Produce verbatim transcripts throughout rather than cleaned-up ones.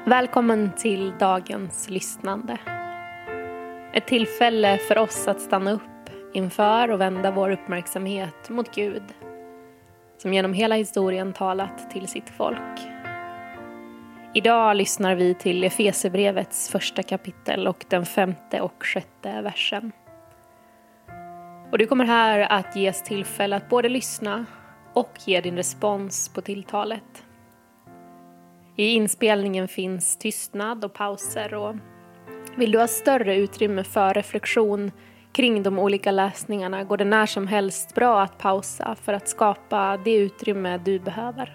Välkommen till dagens lyssnande. Ett tillfälle för oss att stanna upp inför och vända vår uppmärksamhet mot Gud, som genom hela historien talat till sitt folk. Idag lyssnar vi till Efesierbrevets första kapitel och den femte och sjätte versen. Och du kommer här att ges tillfälle att både lyssna och ge din respons på tilltalet. I inspelningen finns tystnad och pauser, och vill du ha större utrymme för reflektion kring de olika läsningarna går det när som helst bra att pausa för att skapa det utrymme du behöver.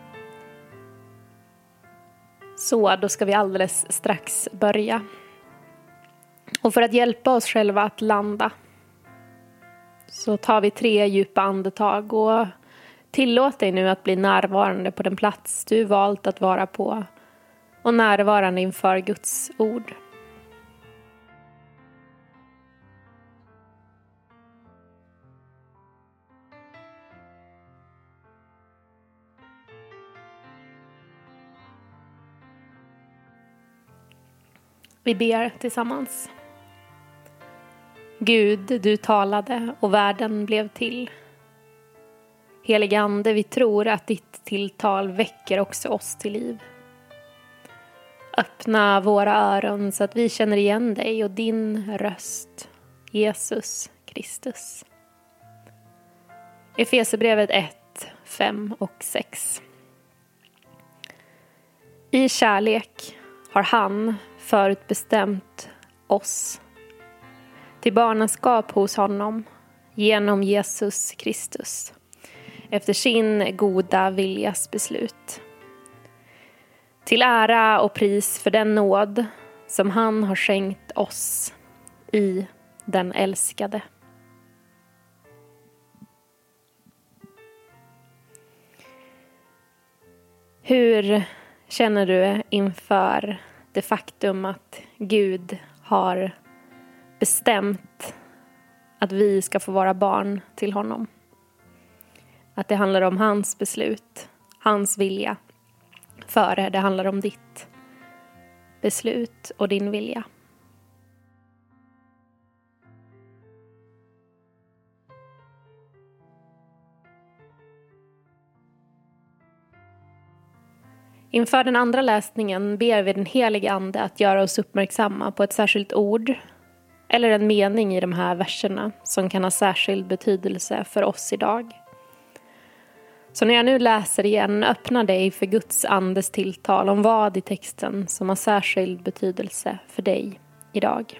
Så, då ska vi alldeles strax börja. Och för att hjälpa oss själva att landa så tar vi tre djupa andetag och tillåt dig nu att bli närvarande på den plats du valt att vara på och närvarande inför Guds ord. Vi ber tillsammans. Gud, du talade och världen blev till. Helige Ande, vi tror att ditt tilltal väcker också oss till liv. Öppna våra öron så att vi känner igen dig och din röst, Jesus Kristus. Efesierbrevet ett, fem och sex. I kärlek har han förutbestämt oss till barnaskap hos honom genom Jesus Kristus, efter sin goda viljas beslut. Till ära och pris för den nåd som han har skänkt oss i den älskade. Hur känner du inför det faktum att Gud har bestämt att vi ska få vara barn till honom? Att det handlar om hans beslut, hans vilja, före det handlar om ditt beslut och din vilja. Inför den andra läsningen ber vi den helige Ande att göra oss uppmärksamma på ett särskilt ord eller en mening i de här verserna som kan ha särskild betydelse för oss idag. Så när jag nu läser igen, öppna dig för Guds andes tilltal om vad i texten som har särskild betydelse för dig idag.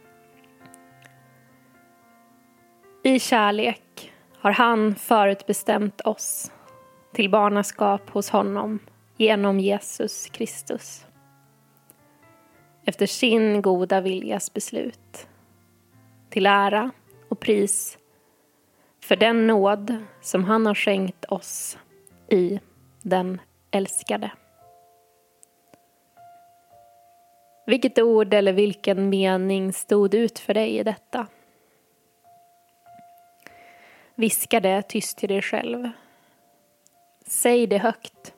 I kärlek har han förutbestämt oss till barnaskap hos honom genom Jesus Kristus, efter sin goda viljas beslut, till ära och pris för den nåd som han har skänkt oss i den älskade. Vilket ord eller vilken mening stod ut för dig i detta? Viska det tyst till dig själv. Säg det högt.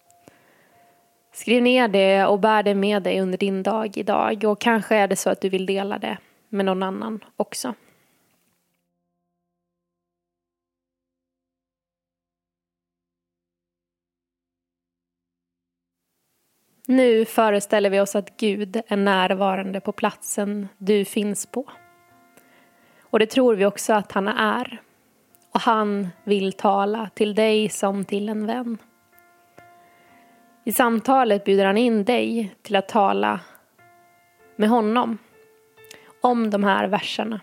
Skriv ner det och bär det med dig under din dag idag. Och kanske är det så att du vill dela det med någon annan också. Nu föreställer vi oss att Gud är närvarande på platsen du finns på. Och det tror vi också att han är. Och han vill tala till dig som till en vän. I samtalet bjuder han in dig till att tala med honom om de här verserna.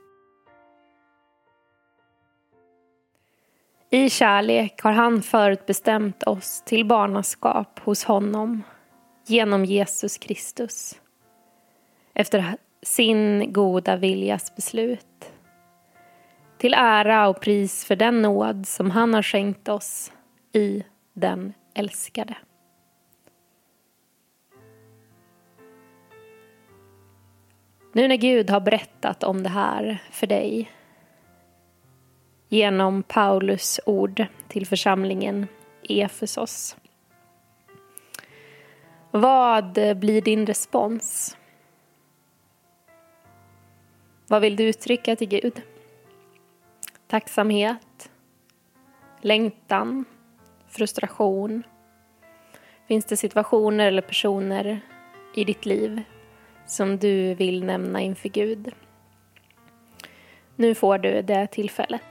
I kärlek har han förutbestämt oss till barnaskap hos honom genom Jesus Kristus, efter sin goda viljas beslut, till ära och pris för den nåd som han har skänkt oss i den älskade. Nu när Gud har berättat om det här för dig genom Paulus ord till församlingen i Efesos, Vad blir din respons? Vad vill du uttrycka till Gud? Tacksamhet? Längtan? Frustration? Finns det situationer eller personer i ditt liv som du vill nämna inför Gud? Nu får du det tillfället.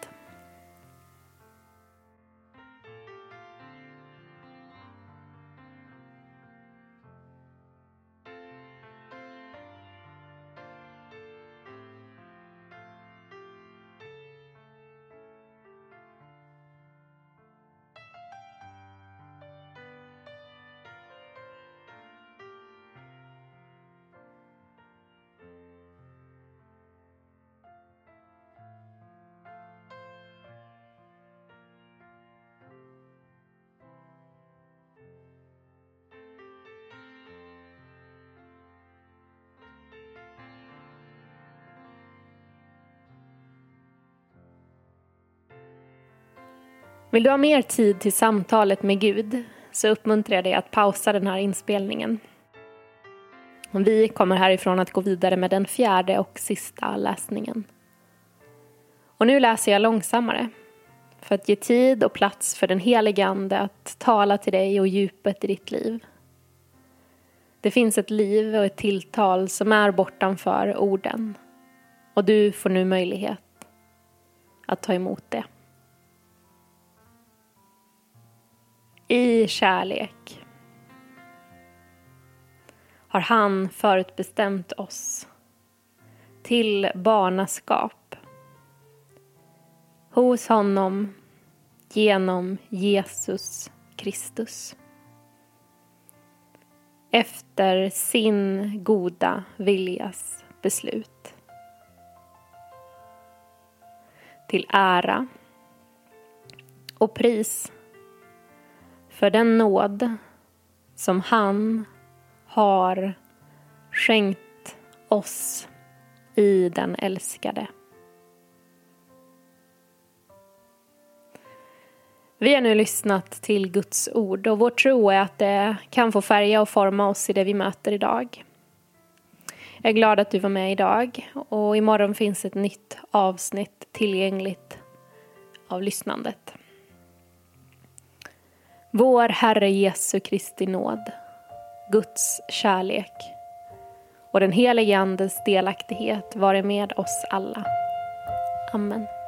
Vill du ha mer tid till samtalet med Gud så uppmuntrar jag dig att pausa den här inspelningen. Vi kommer härifrån att gå vidare med den fjärde och sista läsningen. Och nu läser jag långsammare för att ge tid och plats för den helige Ande att tala till dig och djupet i ditt liv. Det finns ett liv och ett tilltal som är bortanför orden och du får nu möjlighet att ta emot det. I kärlek har han förutbestämt oss till barnaskap hos honom genom Jesus Kristus. Efter sin goda viljas beslut. Till ära och pris för den nåd som han har skänkt oss i den älskade. Vi har nu lyssnat till Guds ord och vår tro är att det kan få färga och forma oss i det vi möter idag. Jag är glad att du var med idag och imorgon finns ett nytt avsnitt tillgängligt av lyssnandet. Vår Herre Jesu Kristi nåd, Guds kärlek och den helige Andes delaktighet vare med oss alla. Amen.